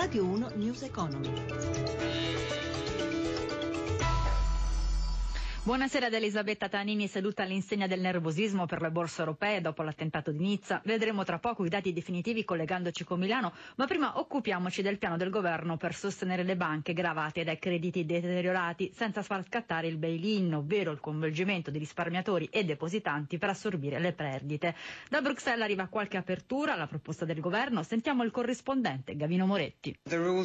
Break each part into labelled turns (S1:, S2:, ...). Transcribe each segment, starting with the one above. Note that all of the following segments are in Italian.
S1: Radio 1 News Economy.
S2: Buonasera da Elisabetta Tanini, seduta all'insegna del nervosismo per le borse europee dopo l'attentato di Nizza. Vedremo tra poco i dati definitivi collegandoci con Milano, ma prima occupiamoci del piano del governo per sostenere le banche gravate dai crediti deteriorati senza far scattare il bail-in, ovvero il coinvolgimento di risparmiatori e depositanti per assorbire le perdite. Da Bruxelles arriva qualche apertura alla proposta del governo. Sentiamo il corrispondente Gavino Moretti.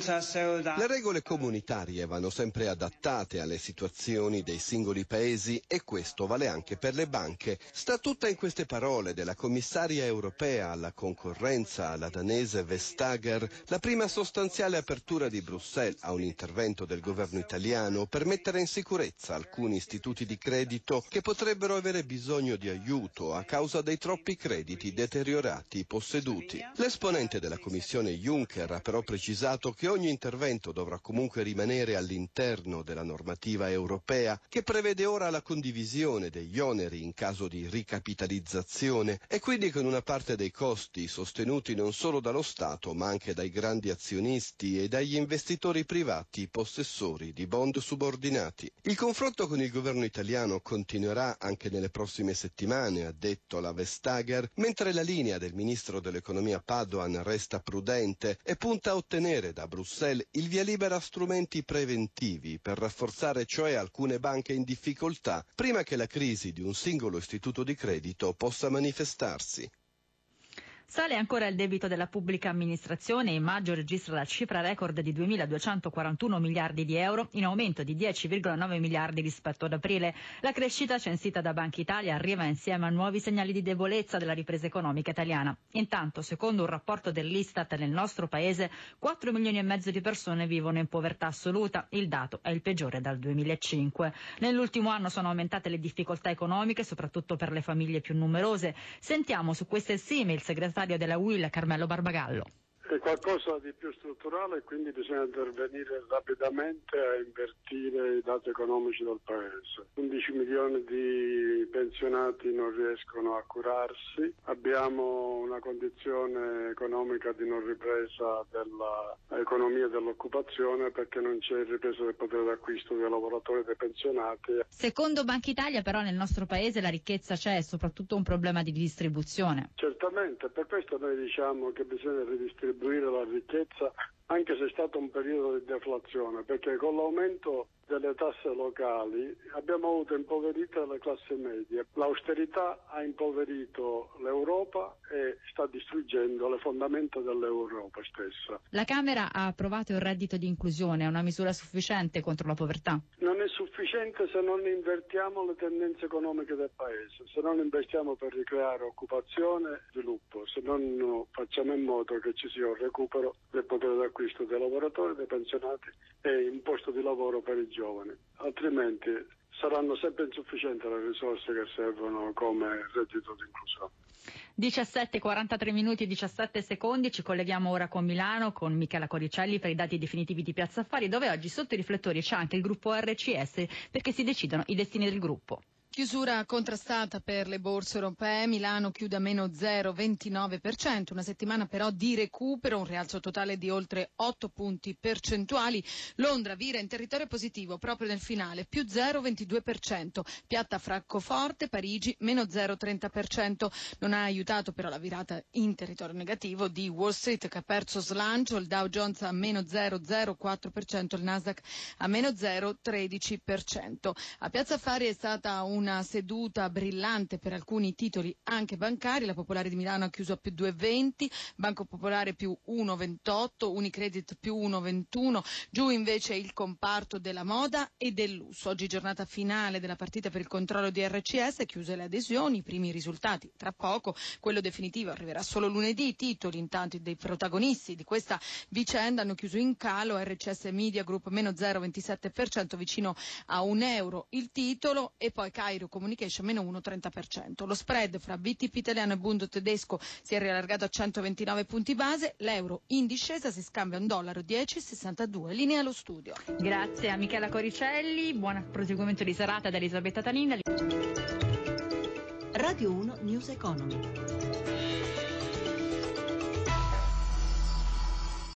S3: Le regole comunitarie vanno sempre adattate alle situazioni dei singoli paesi e questo vale anche per le banche. Sta tutta in queste parole della commissaria europea alla concorrenza, la danese Vestager, la prima sostanziale apertura di Bruxelles a un intervento del governo italiano per mettere in sicurezza alcuni istituti di credito che potrebbero avere bisogno di aiuto a causa dei troppi crediti deteriorati posseduti. L'esponente della Commissione Juncker ha però precisato che ogni intervento dovrà comunque rimanere all'interno della normativa europea, che prevede ora la condivisione degli oneri in caso di ricapitalizzazione e quindi con una parte dei costi sostenuti non solo dallo Stato ma anche dai grandi azionisti e dagli investitori privati possessori di bond subordinati. Il confronto con il governo italiano continuerà anche nelle prossime settimane, ha detto la Vestager, mentre la linea del ministro dell'economia Padoan resta prudente e punta a ottenere da Bruxelles il via libera a strumenti preventivi per rafforzare cioè alcune banche in difficoltà prima che la crisi di un singolo istituto di credito possa manifestarsi.
S2: Sale ancora il debito della pubblica amministrazione. In maggio registra la cifra record di 2.241 miliardi di euro, in aumento di 10,9 miliardi rispetto ad aprile. La crescita censita da Banca Italia arriva insieme a nuovi segnali di debolezza della ripresa economica italiana. Intanto, secondo un rapporto dell'Istat, nel nostro paese 4 milioni e mezzo di persone vivono in povertà assoluta. Il dato è il peggiore dal 2005. Nell'ultimo anno sono aumentate le difficoltà economiche, soprattutto per le famiglie più numerose. Sentiamo su queste stime il segretario della UIL Carmelo Barbagallo.
S4: È qualcosa di più strutturale e quindi bisogna intervenire rapidamente a invertire i dati economici del Paese. 11 milioni di pensionati non riescono a curarsi, abbiamo una condizione economica di non ripresa dell'economia e dell'occupazione perché non c'è ripresa del potere d'acquisto dei lavoratori e dei pensionati.
S2: Secondo Banca Italia però nel nostro Paese la ricchezza c'è, è soprattutto un problema di distribuzione.
S4: Certamente, per questo noi diciamo che bisogna ridistribuire la ricchezza anche se è stato un periodo di deflazione, perché con l'aumento delle tasse locali abbiamo avuto impoverite le classi medie. L'austerità ha impoverito l'Europa e sta distruggendo le fondamenta dell'Europa stessa.
S2: La Camera ha approvato il reddito di inclusione, è una misura sufficiente contro la povertà?
S4: Non è sufficiente se non invertiamo le tendenze economiche del Paese, se non investiamo per ricreare occupazione e sviluppo, se non facciamo in modo che ci sia un recupero del potere d'acquisto dei lavoratori, dei pensionati e un posto di lavoro per i giovani, altrimenti saranno sempre insufficienti le risorse che servono come reddito di inclusione.
S2: 17:43 minuti e 17 secondi, ci colleghiamo ora con Milano con Michela Coricelli per i dati definitivi di Piazza Affari, dove oggi sotto i riflettori c'è anche il gruppo RCS perché si decidono i destini del gruppo.
S5: Chiusura contrastata per le borse europee, Milano chiude a meno 0,29%, una settimana però di recupero, un rialzo totale di oltre 8 punti percentuali. Londra vira in territorio positivo proprio nel finale, più 0,22%, piatta Francoforte, Parigi meno 0,30%. Non ha aiutato però la virata in territorio negativo di Wall Street che ha perso slancio, il Dow Jones a meno 0,04%, il Nasdaq a meno 0,13%. A Piazza Affari è stata una seduta brillante per alcuni titoli anche bancari. La Popolare di Milano ha chiuso a più 2,20, Banco Popolare più 1,28, Unicredit più 1,21, giù invece il comparto della moda e del lusso. Oggi giornata finale della partita per il controllo di RCS, chiuse le adesioni, i primi risultati tra poco, quello definitivo arriverà solo lunedì. I titoli intanto dei protagonisti di questa vicenda hanno chiuso in calo, RCS Media Group meno 0,27%, vicino a €1 il titolo, e poi Cairo Communication meno 1,30%. Lo spread fra BTP italiano e Bund tedesco si è riallargato a 129 punti base, l'euro in discesa, si scambia $1,10,62. Linea allo studio.
S2: Grazie a Michela Coricelli, buon proseguimento di serata da Elisabetta Tanini.
S1: Radio 1 News Economy.